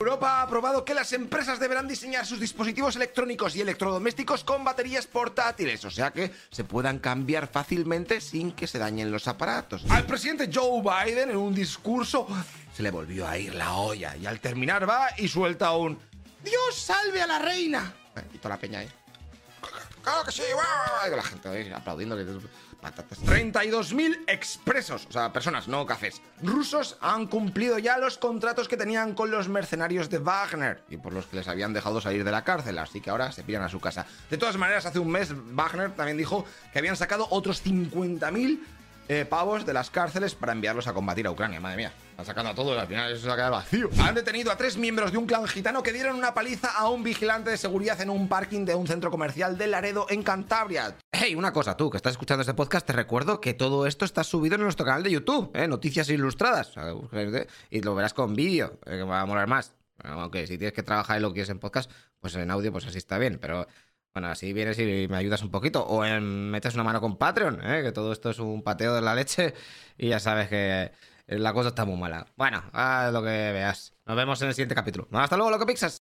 Europa ha aprobado que las empresas deberán diseñar sus dispositivos electrónicos y electrodomésticos con baterías portátiles, o sea que se puedan cambiar fácilmente sin que se dañen los aparatos. Al presidente Joe Biden, en un discurso, se le volvió a ir la olla y al terminar va y suelta un ¡Dios salve a la reina! Y toda la peña ahí. ¡Claro que sí! ¡Wow! Y la gente ahí aplaudiendo. Patatas. 32.000 expresos, o sea, personas, no cafés, rusos han cumplido ya los contratos que tenían con los mercenarios de Wagner y por los que les habían dejado salir de la cárcel, así que ahora se piran a su casa. De todas maneras, hace un mes Wagner también dijo que habían sacado otros 50.000 pavos de las cárceles para enviarlos a combatir a Ucrania. Madre mía, están sacando a todos y al final eso se ha quedado vacío. Han detenido a 3 miembros de un clan gitano que dieron una paliza a un vigilante de seguridad en un parking de un centro comercial de Laredo, en Cantabria. Hey, una cosa, tú que estás escuchando este podcast, te recuerdo que todo esto está subido en nuestro canal de YouTube, Noticias Ilustradas, y lo verás con vídeo, que va a molar más. Aunque si tienes que trabajar y lo quieres en podcast, pues en audio, pues así está bien, pero... Bueno, así vienes y me ayudas un poquito. O metes una mano con Patreon, que todo esto es un pateo de la leche. Y ya sabes que la cosa está muy mala. Bueno, haz lo que veas. Nos vemos en el siguiente capítulo. Hasta luego, Loco Pixas.